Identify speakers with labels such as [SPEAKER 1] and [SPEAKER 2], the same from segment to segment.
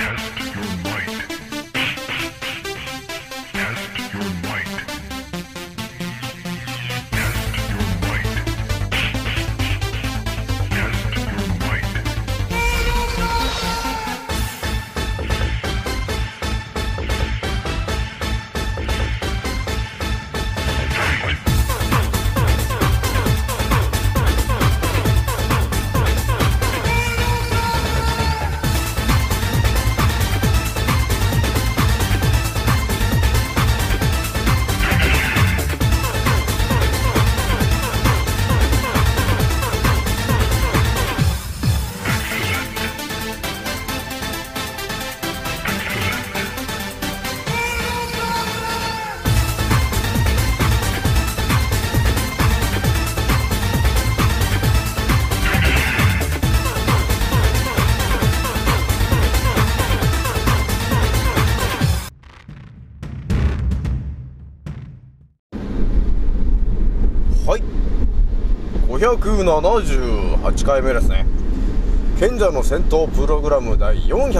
[SPEAKER 1] 578回目ですね。賢者の戦闘プログラム第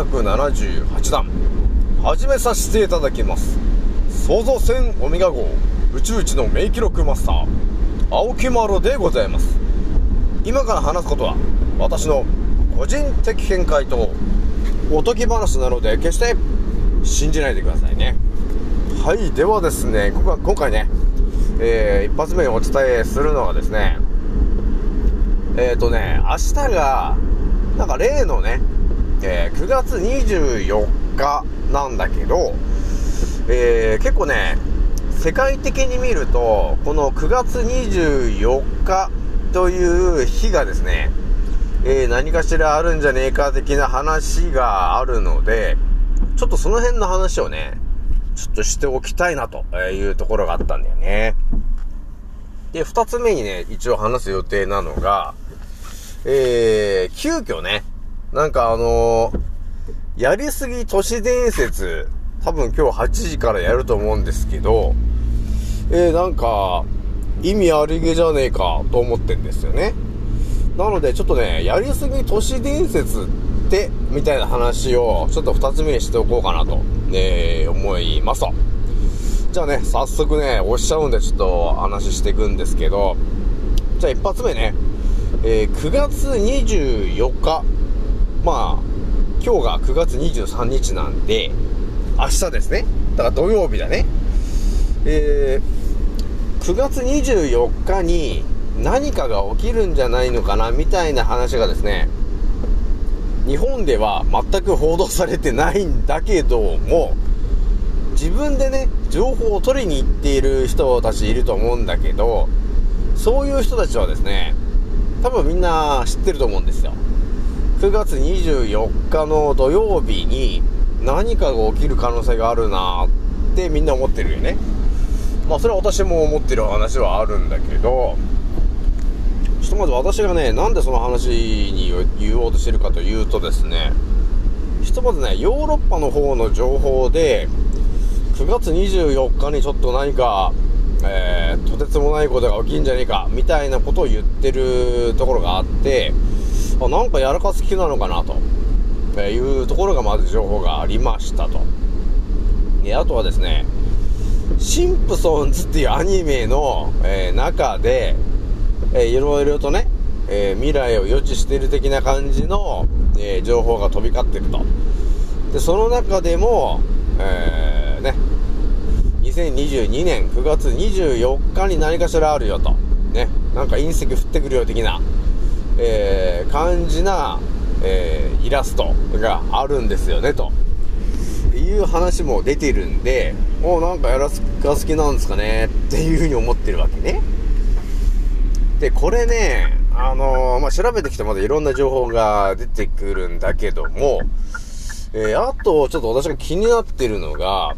[SPEAKER 1] 478弾始めさせていただきます。創造船オメガ号宇宙一の名記録マスター青木丸でございます。今から話すことは私の個人的見解とおとぎ話なので決して信じないでくださいね。はい、ではですね、今回ね、一発目にお伝えするのはですね、明日がなんか例のね、9月24日なんだけど、結構ね世界的に見るとこの9月24日という日がですね、何かしらあるんじゃねえか的な話があるので、ちょっとその辺の話をねちょっとしておきたいなというところがあったんだよね。で、二つ目にね一応話す予定なのが、急遽ねなんかやりすぎ都市伝説多分今日8時からやると思うんですけど、なんか意味ありげじゃねえかと思ってんですよね。なのでちょっとねやりすぎ都市伝説ってみたいな話をちょっと2つ目にしておこうかなと、思いますと。じゃあね早速ね押しちゃうんでちょっと話していくんですけど、じゃあ一発目ね、9月24日、まあ今日が9月23日なんで明日ですね、だから土曜日だね。9月24日に何かが起きるんじゃないのかなみたいな話がですね、日本では全く報道されてないんだけども、自分でね情報を取りに行っている人たちいると思うんだけど、そういう人たちはですね多分みんな知ってると思うんですよ。9月24日の土曜日に何かが起きる可能性があるなってみんな思ってるよね。まあそれは私も思ってる話はあるんだけど、ちょっとまず私がねなんでその話に言おうとしてるかというとですね、ひとまずねヨーロッパの方の情報で9月24日にちょっと何かとてつもないことが起きんじゃねえかみたいなことを言ってるところがあって、なんかやらかす気なのかなというところがまず情報がありましたと。で、あとはですねシンプソンズっていうアニメの、中で、いろいろとね、未来を予知している的な感じの、情報が飛び交ってると。でその中でも、2022年9月24日に何かしらあるよとね、なんか隕石降ってくるよ的な、感じな、イラストがあるんですよねという話も出てるんで、なんかやらすが好きなんですかねっていう風に思ってるわけね。でこれね調べてきてまだいろんな情報が出てくるんだけども、あとちょっと私が気になってるのが、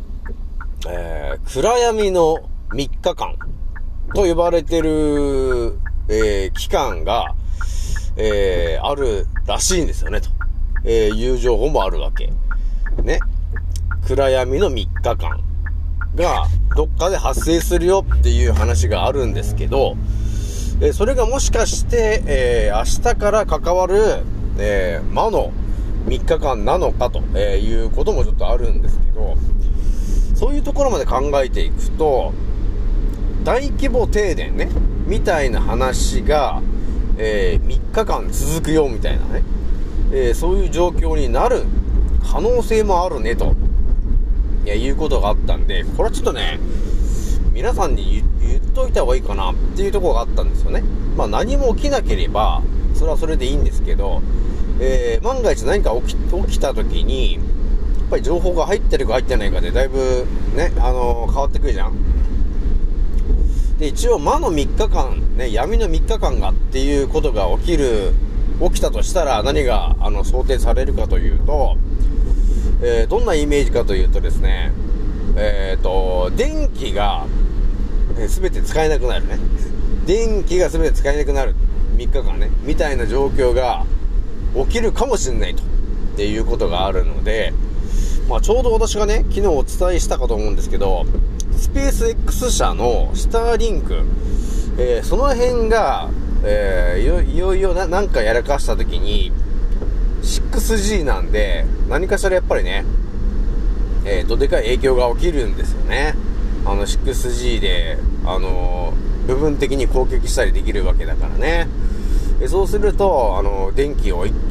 [SPEAKER 1] 暗闇の3日間と呼ばれてる、期間が、あるらしいんですよねと、いう情報もあるわけね。暗闇の3日間がどっかで発生するよっていう話があるんですけど、それがもしかして、明日から関わる、魔の、 3日間なのかということもちょっとあるんですけど、そういうところまで考えていくと、大規模停電ねみたいな話が、3日間続くよみたいなね、そういう状況になる可能性もあるねということがあったんで、これはちょっとね皆さんに言っといた方がいいかなっていうところがあったんですよね。まあ何も起きなければそれはそれでいいんですけど、万が一何か起きた時にやっぱり情報が入ってるか入ってないかでだいぶね変わってくるじゃん。で一応魔の3日間ね、闇の3日間がっていうことが起きたとしたら何が想定されるかというと、どんなイメージかというとですね、電気が全て使えなくなるね。電気が全て使えなくなる3日間ねみたいな状況が起きるかもしれないとっていうことがあるので、まあちょうど私がね昨日お伝えしたかと思うんですけど、スペース X 社のスターリンク、その辺が、いよいよなんかやらかした時に 6G なんで何かしらやっぱりね、どでかい影響が起きるんですよね。6G で部分的に攻撃したりできるわけだからね。そうすると電気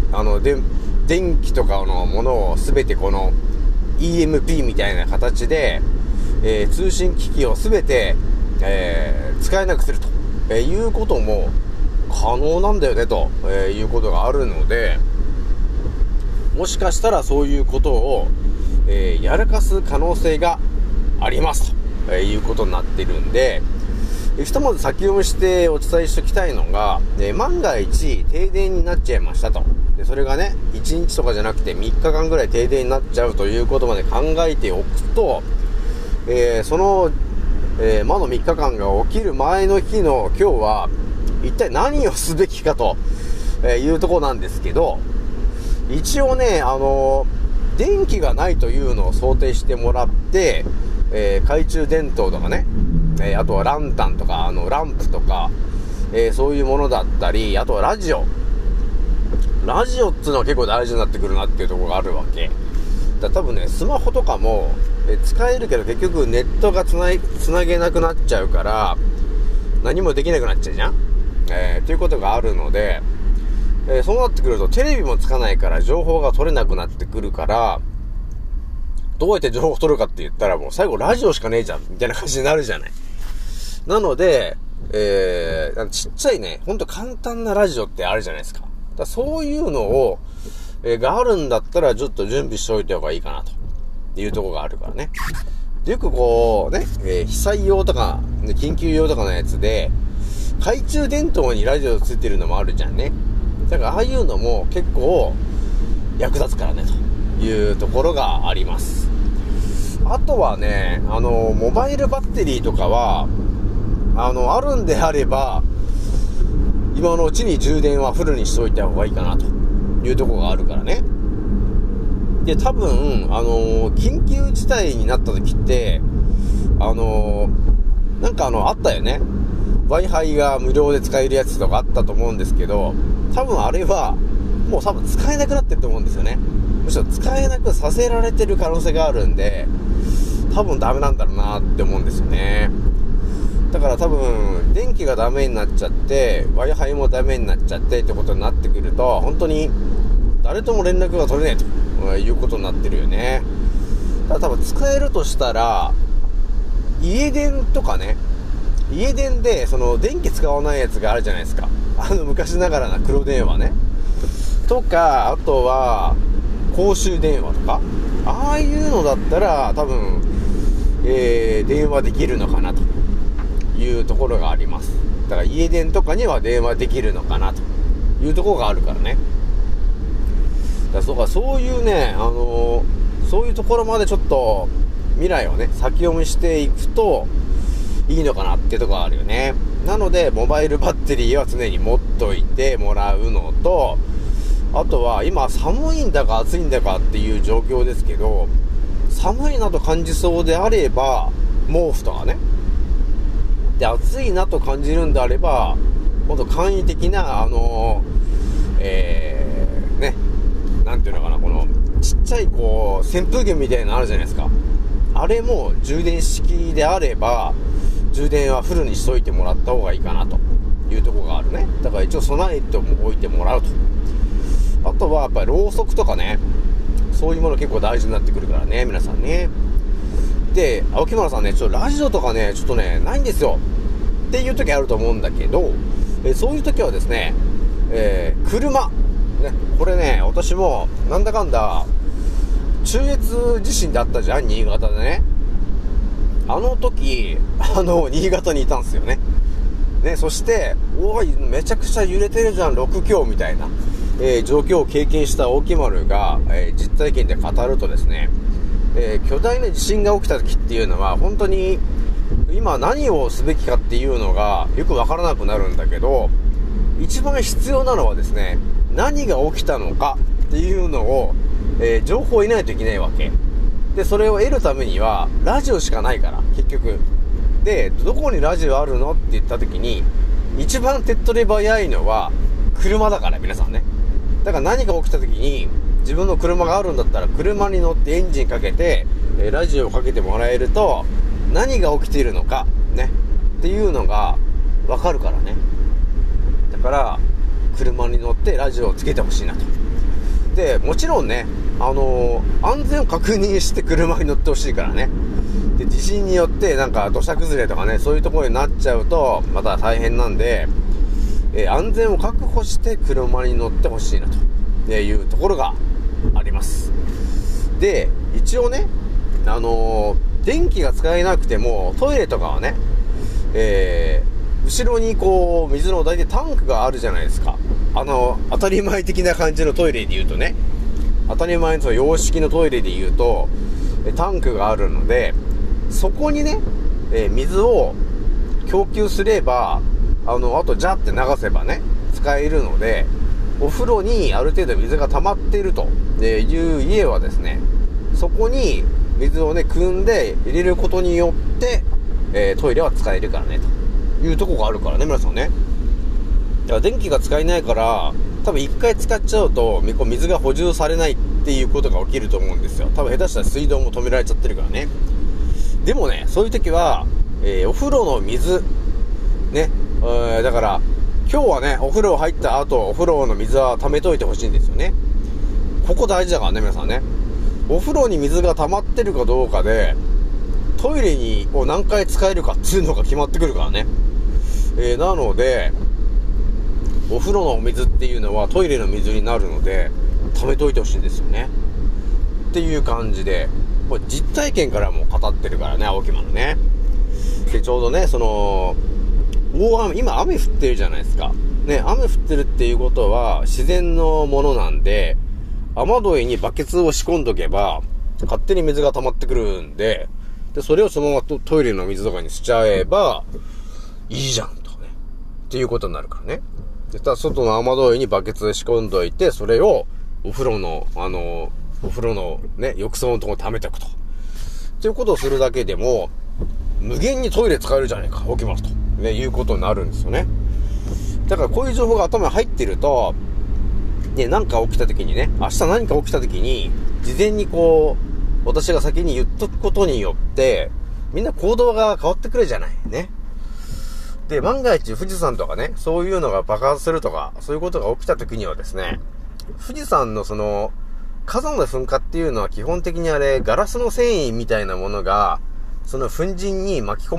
[SPEAKER 1] とかのものを全てこの EMP みたいな形で、通信機器を全て、使えなくすると、いうことも可能なんだよねと、いうことがあるので、もしかしたらそういうことを、やらかす可能性がありますと、いうことになってるんで、ひとまず先読みしてお伝えしておきたいのが、万が一停電になっちゃいましたと。でそれがね1日とかじゃなくて3日間ぐらい停電になっちゃうということまで考えておくと、その、魔の3日間が起きる前の日の今日は一体何をすべきかと、いうところなんですけど、一応ね電気がないというのを想定してもらって、懐中電灯とかね、あとはランタンとかランプとか、そういうものだったり、あとはラジオっていうのは結構大事になってくるなっていうところがあるわけだ。多分ねスマホとかも、使えるけど結局ネットがつなげなくなっちゃうから何もできなくなっちゃうじゃん、ということがあるので、そうなってくるとテレビもつかないから情報が取れなくなってくるから、どうやって情報を取るかって言ったらもう最後ラジオしかねえじゃんみたいな感じになるじゃない。なので、ちっちゃいねほんと簡単なラジオってあるじゃないですか。だそういうのを、があるんだったらちょっと準備しておいた方がいいかなというところがあるからね。でよくこうね、被災用とか緊急用とかのやつで懐中電灯にラジオついてるのもあるじゃんね。だからああいうのも結構役立つからねというところがあります。あとはねモバイルバッテリーとかはあるんであれば今のうちに充電はフルにしといた方がいいかなというところがあるからね。で多分緊急事態になった時ってなんかあったよね。 Wi-Fi が無料で使えるやつとかあったと思うんですけど、多分あれはもう多分使えなくなってると思うんですよね。むしろ使えなくさせられてる可能性があるんで、多分ダメなんだろうなって思うんですよね。だから多分電気がダメになっちゃって Wi-Fi もダメになっちゃってってことになってくると、本当に誰とも連絡が取れないということになってるよね。だから多分使えるとしたら家電とかね、家電でその電気使わないやつがあるじゃないですか。昔ながらな黒電話ねとか、あとは公衆電話とか、ああいうのだったら多分、電話できるのかなというところがあります。だから家電とかには電話できるのかなというところがあるからね。だからそういうね、そういうところまでちょっと未来をね先読みしていくといいのかなっていうところがあるよね。なのでモバイルバッテリーは常に持っといてもらうのと、あとは今寒いんだか暑いんだかっていう状況ですけど、寒いなと感じそうであれば毛布とかね、で暑いなと感じるんであればもっと簡易的ななんていうのかな、このちっちゃいこう扇風機みたいなのあるじゃないですか。あれも充電式であれば充電はフルにしといてもらった方がいいかなというところがあるね。だから一応備えておいてもらうと。あとはやっぱりろうそくとかね、そういうもの結構大事になってくるからね、皆さんね。で、青木村さんね、ちょっとラジオとかね、ちょっとね、ないんですよっていう時あると思うんだけど、そういう時はですね、車、ね、これね、私もなんだかんだ中越地震だったじゃん、新潟でね。あの時新潟にいたんですよね。ね、そしておいめちゃくちゃ揺れてるじゃん6強みたいな、状況を経験した青木丸が、実体験で語るとですね、巨大な地震が起きた時っていうのは本当に今何をすべきかっていうのがよくわからなくなるんだけど、一番必要なのはですね、何が起きたのかっていうのを、情報を得ないといけないわけで、それを得るためにはラジオしかないから結局で、どこにラジオあるのって言った時に一番手っ取り早いのは車だから、皆さんね。だから何が起きた時に自分の車があるんだったら車に乗ってエンジンかけて、ラジオをかけてもらえると何が起きているのかねっていうのがわかるからね。だから車に乗ってラジオをつけてほしいなと。で、もちろんね、安全を確認して車に乗ってほしいからね。で、地震によってなんか土砂崩れとかね、そういうところになっちゃうとまた大変なんで、安全を確保して車に乗ってほしいなというところがあります。で、一応ね、電気が使えなくてもトイレとかはね、後ろにこう水の大体タンクがあるじゃないですか。当たり前的な感じのトイレで言うとね、当たり前の洋式のトイレで言うとタンクがあるので、そこにね、水を供給すればあとジャって流せばね使えるので、お風呂にある程度水が溜まっているという家はですね、そこに水をね汲んで入れることによって、トイレは使えるからねというところがあるからね、皆さんね。だから電気が使えないから多分一回使っちゃうと水が補充されないっていうことが起きると思うんですよ。多分下手したら水道も止められちゃってるからね。でもね、そういう時は、お風呂の水ね、だから今日はね、お風呂入った後お風呂の水は溜めといてほしいんですよね。ここ大事だからね、皆さんね。お風呂に水が溜まってるかどうかでトイレを何回使えるかっていうのが決まってくるからね。なのでお風呂の水っていうのはトイレの水になるので溜めといてほしいんですよねっていう感じで、これ実体験からも語ってるからね、青木丸ね。で、ちょうどね、大雨、今雨降ってるじゃないですかね。雨降ってるっていうことは自然のものなんで、雨どいにバケツを仕込んどけば勝手に水が溜まってくるんで、それをそのままトイレの水とかにしちゃえばいいじゃんとかねっていうことになるからね。で、外の雨どいにバケツで仕込んどいて、それをお風呂のね浴槽のところに溜めておくとっていうことをするだけでも無限にトイレ使えるじゃないか、起きますとねいうことになるんですよね。だからこういう情報が頭に入ってるとで、何か起きた時にね、明日何か起きた時に事前に私が先に言っとくことによってみんな行動が変わってくるじゃないね。で、万が一富士山とかね、そういうのが爆発するとかそういうことが起きた時にはですね、富士山の火山の噴火っていうのは基本的にあれガラスの繊維みたいなものがその粉塵にいっぱい巻き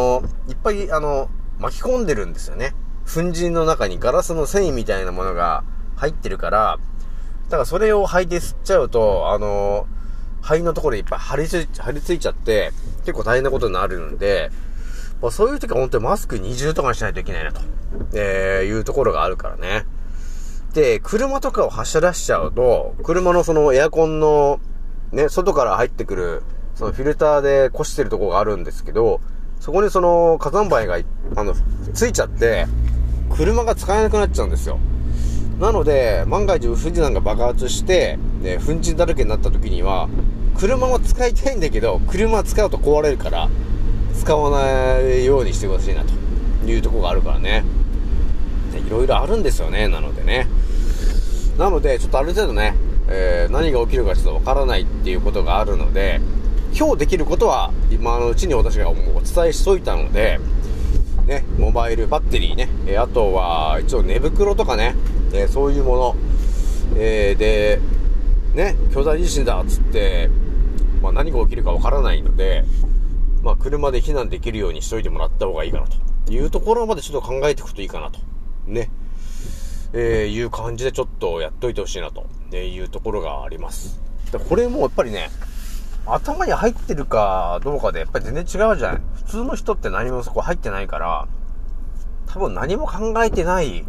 [SPEAKER 1] 込んでるんですよね。粉塵の中にガラスの繊維みたいなものが入ってるから、だからそれを肺で吸っちゃうと肺のところにいっぱい張り付いちゃって結構大変なことになるんで、そういう時は本当にマスク二重とかにしないといけないなと、いうところがあるからね。で、車とかを走らしちゃうと、車のエアコンのね、外から入ってくるフィルターでこしてるところがあるんですけど、そこに火山灰がついちゃって車が使えなくなっちゃうんですよ。なので万が一富士山が爆発して粉塵だらけになった時には車は使いたいんだけど、車は使うと壊れるから使わないようにしてほしいなというところがあるからね。いろいろあるんですよね。なのでちょっとある程度ね、 何が起きるかちょっとわからないっていうことがあるので、今日できることは今のうちに私がもうお伝えしといたので、ね、モバイルバッテリーね、あとは一応寝袋とかね、そういうもの、で、ね、巨大地震だっつって、何が起きるかわからないので、車で避難できるようにしといてもらった方がいいかなというところまでちょっと考えていくといいかなと。ね。いう感じでちょっとやっといてほしいなというところがあります。でこれもやっぱりね、頭に入ってるかどうかでやっぱり全然違うじゃない。普通の人って何もそこ入ってないから、多分何も考えてない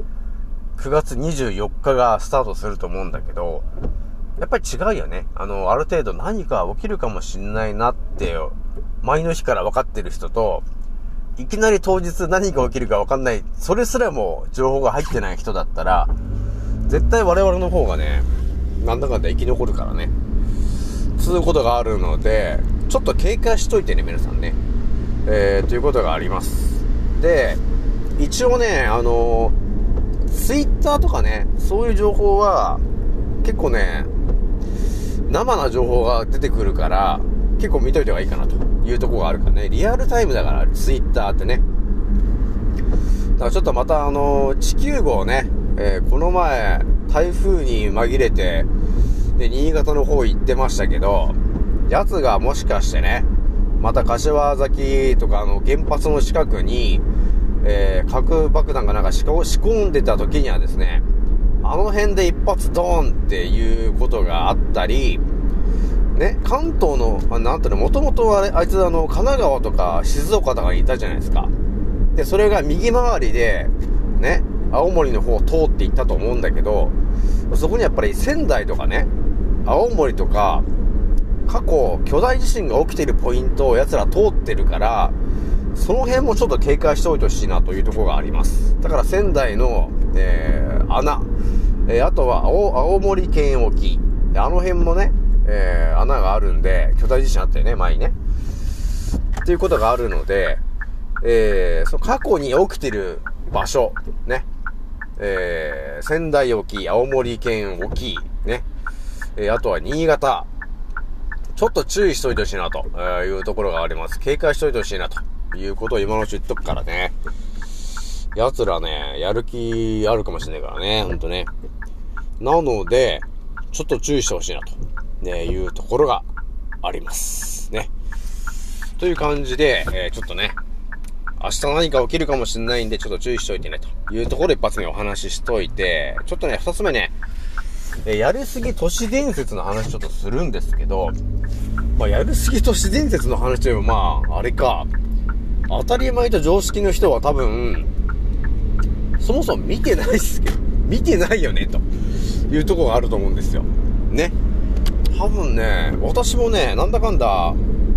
[SPEAKER 1] 9月24日がスタートすると思うんだけど、やっぱり違うよね。ある程度何か起きるかもしんないなって前の日から分かってる人と、いきなり当日何が起きるか分かんない、それすらも情報が入ってない人だったら、絶対我々の方がね、なんだかんだ生き残るからね、そういうことがあるので、ちょっと警戒しといてね、皆さんね。ということがあります。で、一応ね、ツイッターとかね、そういう情報は、結構ね、生な情報が出てくるから、結構見といた方がいいかなというところがあるからね。リアルタイムだから、ツイッターってね。だからちょっとまた地球号ね、この前、台風に紛れて、で、新潟の方行ってましたけど、やつがもしかしてね、また柏崎とか原発の近くに、核爆弾がなんか仕込んでた時にはですね、あの辺で一発ドーンっていうことがあったり、ね、関東の、なんていうの、もともとあいつ神奈川とか静岡とかにいたじゃないですか。で、それが右回りで、ね、青森の方を通っていったと思うんだけど、そこにやっぱり仙台とかね、青森とか、過去巨大地震が起きているポイントを奴ら通ってるから、その辺もちょっと警戒しておいてほしいなというところがあります。だから仙台の、穴、あとは青森県沖、あの辺もね、穴があるんで、巨大地震あったよね、前にね。っていうことがあるので、その過去に起きてる場所、ね、仙台沖、青森県沖、ね、あとは新潟、ちょっと注意しといてほしいなというところがあります。警戒しといてほしいなということを今のうち言っとくからね。奴らね、やる気あるかもしれないからね、ほんとね。なので、ちょっと注意してほしいなと。ね、いうところがありますね。という感じで、ちょっとね、明日何か起きるかもしれないんでちょっと注意しといてねというところで一発目お話ししといて、ちょっとね二つ目ね、やりすぎ都市伝説の話ちょっとするんですけど、やりすぎ都市伝説の話といえばあれか、当たり前と常識の人は多分そもそも見てないっすけど、見てないよねというところがあると思うんですよね。多分ね、私もね、なんだかんだ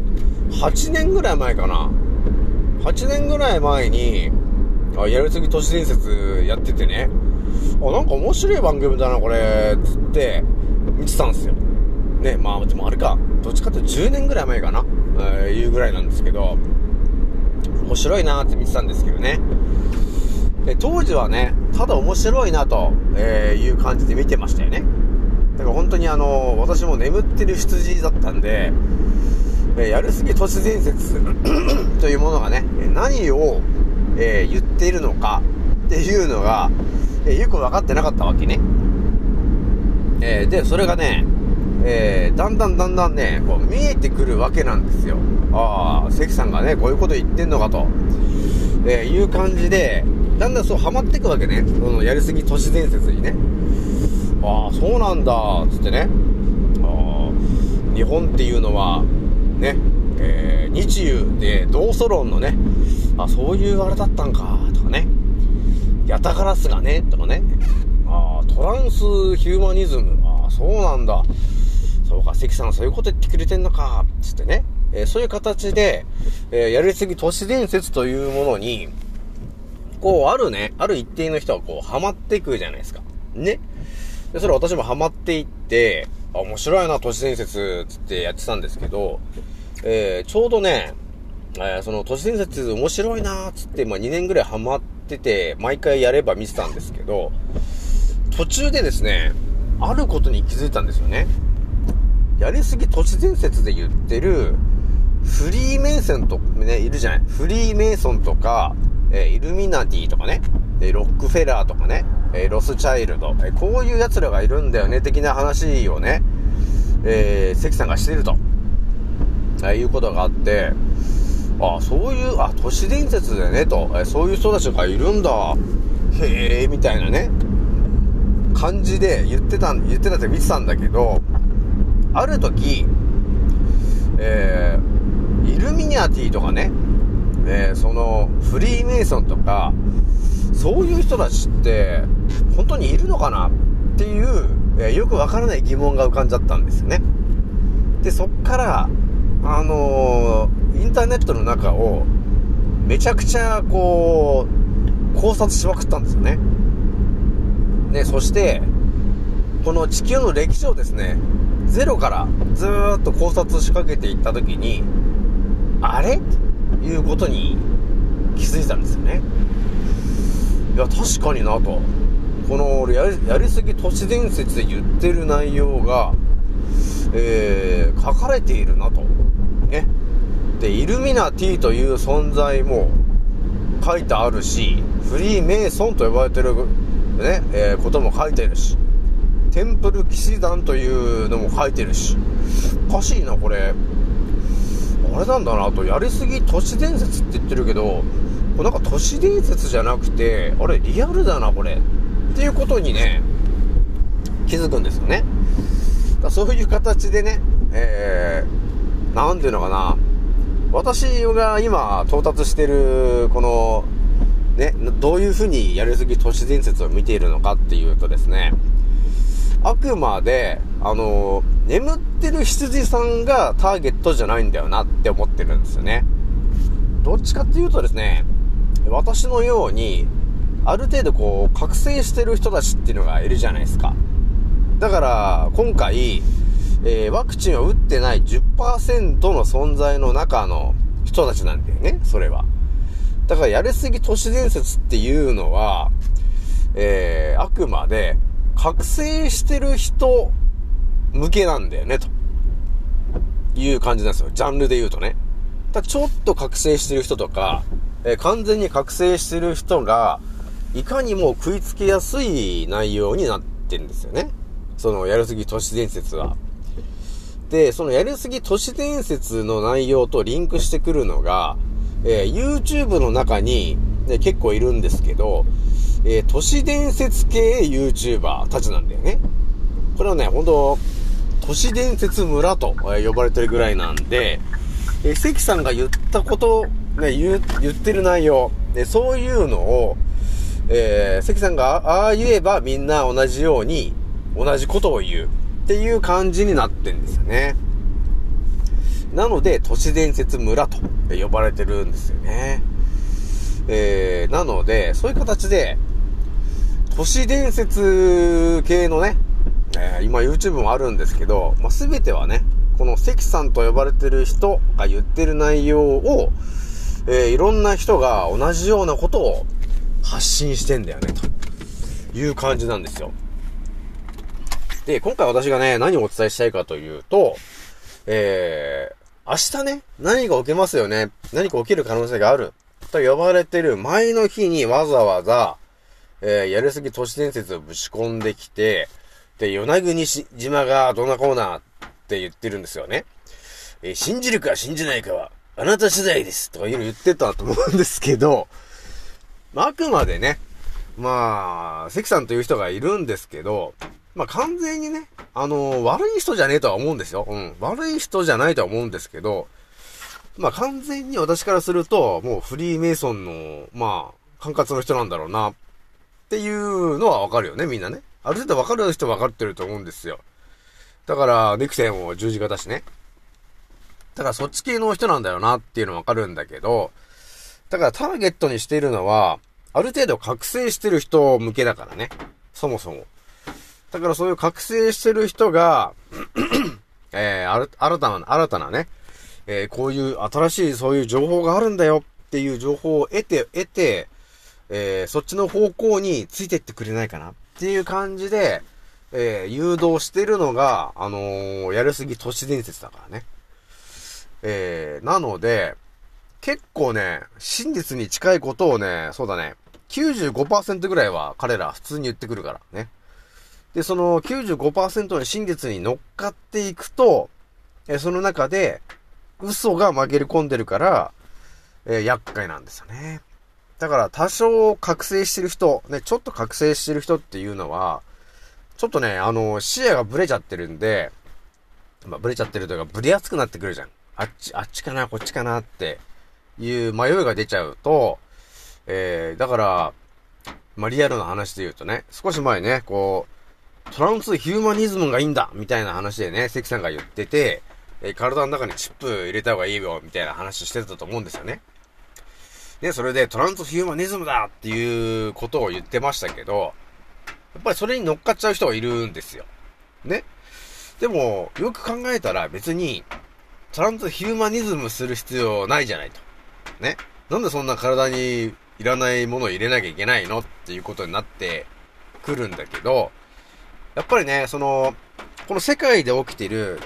[SPEAKER 1] 8年ぐらい前かな、8年ぐらい前にやりすぎ都市伝説やっててね、なんか面白い番組だなこれつって見てたんですよね。でもあれか、どっちかって10年ぐらい前かな、いうぐらいなんですけど、面白いなって見てたんですけどね。で当時はね、ただ面白いなと、いう感じで見てましたよね。だから本当に私も眠ってる羊だったんで、やりすぎ都市伝説というものがね、何を、言っているのかっていうのが、よく分かってなかったわけね。でそれがね、だんだんねこう見えてくるわけなんですよ。関さんがねこういうこと言ってんのかと、いう感じでだんだんそうハマっていくわけね、そのやりすぎ都市伝説にね。そうなんだーつってね、日本っていうのはね、日中で同祖論のね、そういうあれだったんかとかね、ヤタガラスがねとかね、トランスヒューマニズム、そうなんだ、そうか関さんそういうこと言ってくれてんのかつってね、そういう形で、やりすぎ都市伝説というものにこうある一定の人はこうハマっていくじゃないですかね。でそれ私もハマっていって、面白いな都市伝説つってやってたんですけど、ちょうどね、その都市伝説面白いなつって、2年ぐらいハマってて毎回やれば見てたんですけど、途中でですね、 あることに気づいたんですよね。やりすぎ都市伝説で言ってるフリーメイソンとね、いるじゃない。フリーメイソンとか、イルミナティとかね、ロックフェラーとかね、ロスチャイルド、こういう奴らがいるんだよね、的な話をね、関さんがしていると、いうことがあって、そういう、都市伝説でね、と、そういう人たちがいるんだ、へー、みたいなね、感じで言ってたって見てたんだけど、ある時、イルミナティとかね、そのフリーメイソンとかそういう人たちって本当にいるのかなっていう、よくわからない疑問が浮かんじゃったんですよね。でそっからインターネットの中をめちゃくちゃこう考察しまくったんですよね。でそしてこの地球の歴史をですね、ゼロからずーっと考察しかけていったときに、あれということに気づいたんですよね。いや確かになと、このやりすぎ都市伝説で言ってる内容が、書かれているなとね。でイルミナティという存在も書いてあるし、フリーメイソンと呼ばれてるね、ことも書いてるし、テンプル騎士団というのも書いてるし、おかしいなこれ、あれなんだなと。やりすぎ都市伝説って言ってるけど、これなんか都市伝説じゃなくて、あれリアルだなこれっていうことにね気づくんですよね。そういう形でね、なんていうのかな、私が今到達してるこのね、どういう風にやりすぎ都市伝説を見ているのかっていうとですね、あくまで眠ってる羊さんがターゲットじゃないんだよなって思ってるんですよね。どっちかっていうとですね、私のようにある程度こう覚醒してる人たちっていうのがいるじゃないですか。だから今回、ワクチンを打ってない 10% の存在の中の人たちなんだよね、それは。だからやりすぎ都市伝説っていうのは、あくまで覚醒してる人向けなんだよねという感じなんですよ、ジャンルで言うとね。ちょっと覚醒してる人とか、完全に覚醒してる人がいかにも食いつけやすい内容になってるんですよね、そのやりすぎ都市伝説は。でそのやりすぎ都市伝説の内容とリンクしてくるのが、YouTube の中に、ね、結構いるんですけど、都市伝説系 YouTuber たちなんだよね。これはね、ほんと都市伝説村と呼ばれてるぐらいなんで、関さんが言ったこと、ね、言ってる内容、そういうのを、関さんがああ言えばみんな同じように同じことを言うっていう感じになってんですよね。なので都市伝説村と呼ばれてるんですよね。なのでそういう形で都市伝説系のね、今 YouTube もあるんですけど、全てはね、この関さんと呼ばれてる人が言ってる内容を、いろんな人が同じようなことを発信してんだよねという感じなんですよ。で今回私がね何をお伝えしたいかというと、明日ね何が起きますよね、何か起きる可能性があると呼ばれてる前の日にわざわざ、やりすぎ都市伝説をぶち込んできて、で与那国島がどんなコーナーって言ってるんですよね。信じるか信じないかはあなた次第ですとか言ってたと思うんですけど、あくまでね、関さんという人がいるんですけど、完全にね、悪い人じゃねえとは思うんですよ。悪い人じゃないとは思うんですけど、完全に私からすると、もうフリーメイソンの、管轄の人なんだろうな、っていうのはわかるよね、みんなね。ある程度わかる人はわかってると思うんですよ。だから、ネクセンも十字架だしね。だからそっち系の人なんだよなっていうのはわかるんだけど、だからターゲットにしているのは、ある程度覚醒してる人向けだからね。そもそも。だからそういう覚醒してる人が、新たなね、こういう新しいそういう情報があるんだよっていう情報を得て、そっちの方向についてってくれないかなっていう感じで、 誘導してるのが、やりすぎ都市伝説だからね。なので、結構ね、真実に近いことをね、そうだね、95% ぐらいは彼ら普通に言ってくるからね。で、その 95% の真実に乗っかっていくと、その中で、嘘が紛れ込んでるから、厄介なんですよね。だから多少覚醒してる人、ね、ちょっと覚醒してる人っていうのは、ちょっとね、視野がブレちゃってるんで、ブレちゃってるというか、ブレやすくなってくるじゃん。あっちかな、こっちかなっていう迷いが出ちゃうと、だから、リアルな話で言うとね、少し前ね、トランスヒューマニズムがいいんだみたいな話でね、関さんが言ってて、体の中にチップ入れた方がいいよ、みたいな話してたと思うんですよね。で、それでトランスヒューマニズムだっていうことを言ってましたけど、やっぱりそれに乗っかっちゃう人がいるんですよ。ね。でも、よく考えたら別に、トランスヒューマニズムする必要ないじゃないと。ね。なんでそんな体にいらないものを入れなきゃいけないのっていうことになってくるんだけど、やっぱりね、この世界で起きている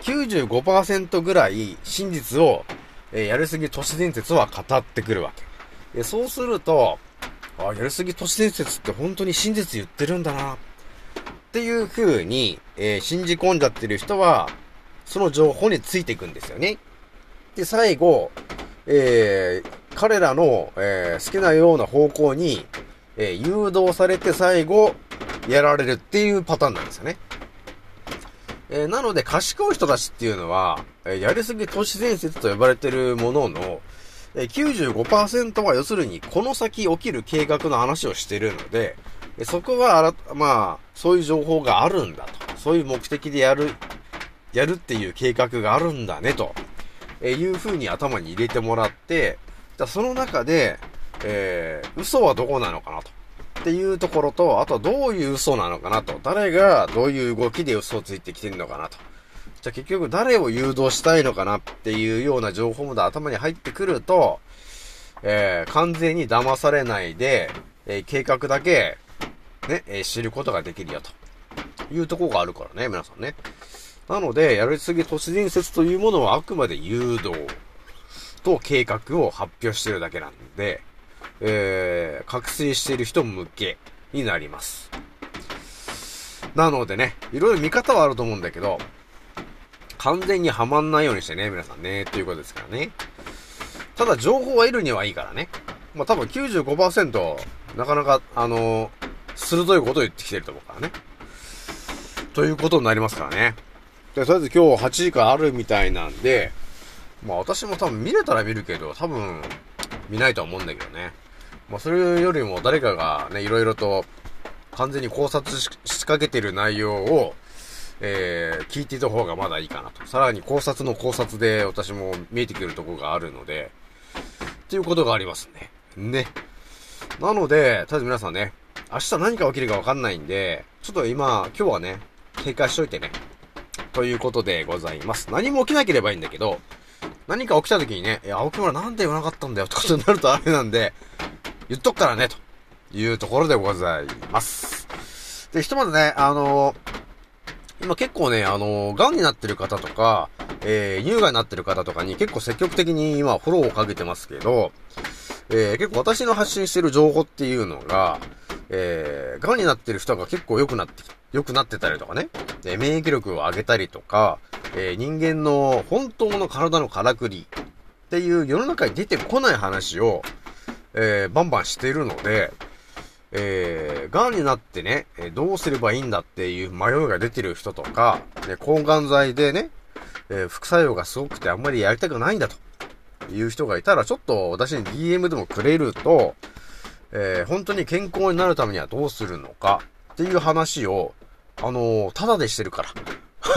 [SPEAKER 1] 95% ぐらい真実を、やりすぎ都市伝説は語ってくるわけ。そうすると、やりすぎ都市伝説って本当に真実言ってるんだな、っていう風に、信じ込んじゃってる人は、その情報についていくんですよね。で、最後、彼らの、好きなような方向に、誘導されて最後、やられるっていうパターンなんですよね。なので、賢い人たちっていうのは、やりすぎ都市伝説と呼ばれてるものの、95% は要するにこの先起きる計画の話をしているので、そこはそういう情報があるんだと。そういう目的でやるっていう計画があるんだねと、いう風に頭に入れてもらって、その中で、嘘はどこなのかなと。っていうところと、あとはどういう嘘なのかなと。誰がどういう動きで嘘をついてきてるのかなと。じゃあ結局誰を誘導したいのかなっていうような情報も頭に入ってくると、完全に騙されないで、計画だけ、ね、知ることができるよというところがあるからね、皆さんね。なので、やりすぎ都市伝説というものはあくまで誘導と計画を発表しているだけなんで、覚醒している人向けになります。なのでね、いろいろ見方はあると思うんだけど、完全にはまんないようにしてね、皆さんね、ということですからね。ただ、情報は得るにはいいからね。多分 95% なかなか、鋭いことを言ってきてると思うからね。ということになりますからね。で、とりあえず今日8時からあるみたいなんで、私も多分見れたら見るけど、多分見ないとは思うんだけどね。それよりも誰かがね、いろいろと完全に考察しかけてる内容を、聞いていた方がまだいいかなと。さらに考察の考察で私も見えてくるところがあるので、っていうことがありますね。ね。なので、とりあえず皆さんね、明日何が起きるかわかんないんで、ちょっと今日はね、警戒しといてね。ということでございます。何も起きなければいいんだけど、何か起きた時にね、青木村なんで言わなかったんだよってことになるとあれなんで、言っとくからね、というところでございます。で、ひとまずね、今結構ね、癌になってる方とか、乳がんになってる方とかに結構積極的に今フォローをかけてますけど、結構私の発信してる情報っていうのが、癌になってる人が結構良くなってたりとかね、免疫力を上げたりとか、人間の本当の体のからくりっていう世の中に出てこない話を、バンバンしているので、癌になってね、どうすればいいんだっていう迷いが出てる人とか、抗がん剤でね、副作用がすごくてあんまりやりたくないんだという人がいたら、ちょっと私に DM でもくれると、本当に健康になるためにはどうするのかっていう話を、ただでしてるから。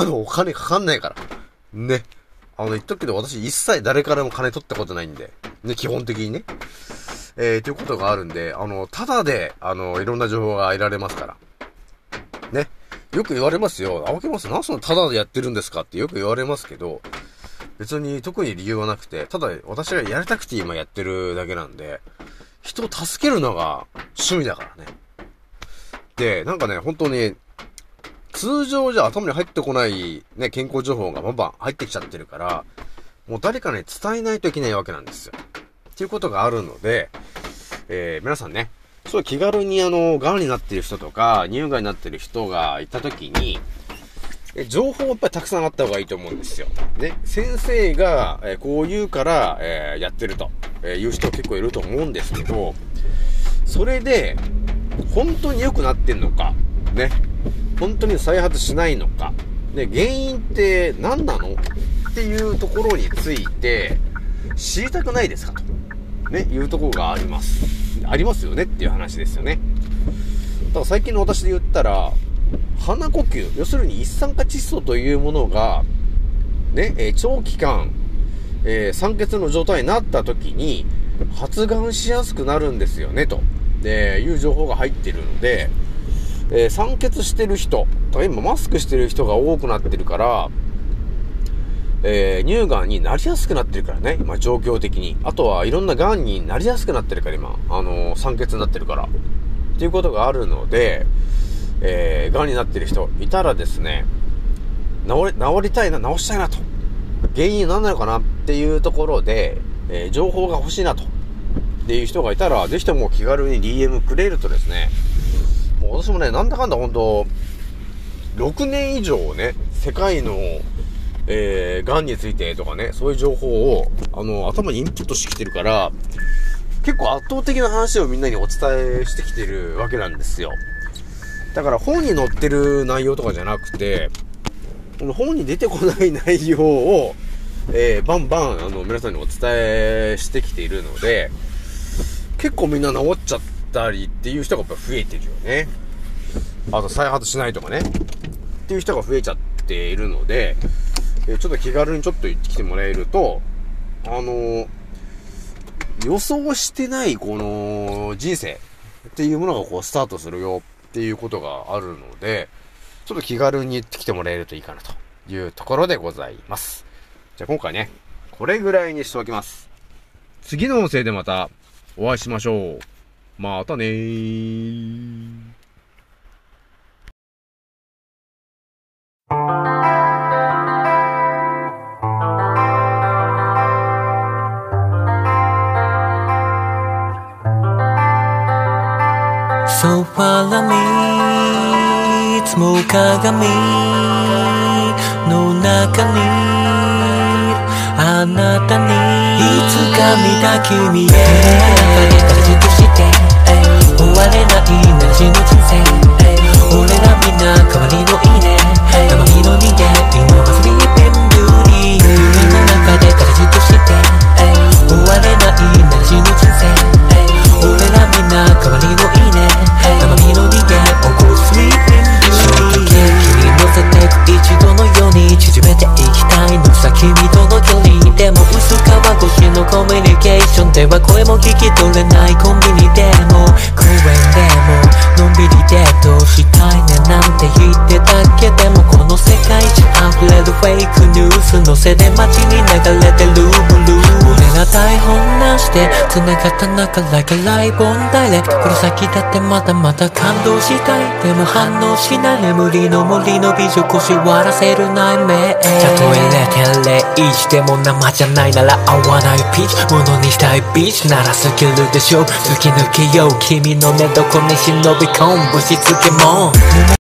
[SPEAKER 1] お金かかんないから。ね。言っとくけど私一切誰からも金取ったことないんで。ね、基本的にね。ということがあるんで、ただで、いろんな情報が得られますから。ね。よく言われますよ。青木マス何そのただでやってるんですかってよく言われますけど、別に特に理由はなくて、ただ私がやりたくて今やってるだけなんで、人を助けるのが趣味だからね。で、なんかね、本当に、 通常じゃ頭に入ってこないね、健康情報がバンバン入ってきちゃってるから、もう誰かに伝えないといけないわけなんですよ。っていうことがあるので、皆さんね、そういう気軽に癌になっている人とか、乳がんになっている人がいたときに、情報やっぱりたくさんあった方がいいと思うんですよ。ね、先生が、こう言うから、やってると、いう人結構いると思うんですけど、それで、本当に良くなってんのか、ね、本当に再発しないのか、ね、原因って何なのっていうところについて、知りたくないですかと、ね、いうところがあります。ありますよねっていう話ですよね。だから最近の私で言ったら、鼻呼吸、要するに一酸化窒素というものが、ね、長期間、酸欠の状態になった時に、発がんしやすくなるんですよね、と、いう情報が入っているので、酸欠してる人、今マスクしてる人が多くなってるから、乳がんになりやすくなってるからね、今状況的に。あとはいろんながんになりやすくなってるから今、酸欠になってるから。っていうことがあるので、がんになってる人いたらですね、治りたいな、治したいなと。原因何なのかなっていうところで、情報が欲しいなと。っていう人がいたら、ぜひとも気軽に DM くれるとですね、もう私もね、なんだかんだ本当6年以上ね、世界の、がんについてとかね、そういう情報を、頭にインプットしてきてるから、結構圧倒的な話をみんなにお伝えしてきてるわけなんですよ。だから本に載ってる内容とかじゃなくて、この本に出てこない内容を、バンバン、皆さんにお伝えしてきているので、結構みんな治っちゃったりっていう人がやっぱ増えてるよね。あと再発しないとかね。っていう人が増えちゃっているので、ちょっと気軽にちょっと行ってきてもらえると、予想してないこの人生っていうものがこうスタートするよっていうことがあるので、ちょっと気軽に行ってきてもらえるといいかなというところでございます。じゃあ今回ね、これぐらいにしておきます。次の音声でまたお会いしましょう。またねー。
[SPEAKER 2] ソファーにいつも鏡の中にあなたにいつか見た君へ中で形として終われないならしの人生俺らみんな代わりのいいね生身の人間今はスリーピングに夢の中で形として終われないならしの人生俺らみんな代わりのいいね生身の人間をこうスリーピングに君乗せてく一度のように縮めていきたいのさ君との距離でも薄皮越しのコミュニケーションでは声も聞き取れないコンビニでも公園でものんびりデートしたいねなんて言ってたけでもこの世界中溢れるフェイクニュースのせで街に流れてるブルー俺ら台本なしで繋がった中 Like a live on direct この先だってまだまだ感動したいでも反応しない眠りの森の美女腰割らせる内面たとえ 0.01 でも生じゃないなら合わないピーチものにしたいビーチなら好きるでしょ突き抜けよう君の寝床に忍び込むぶしつけも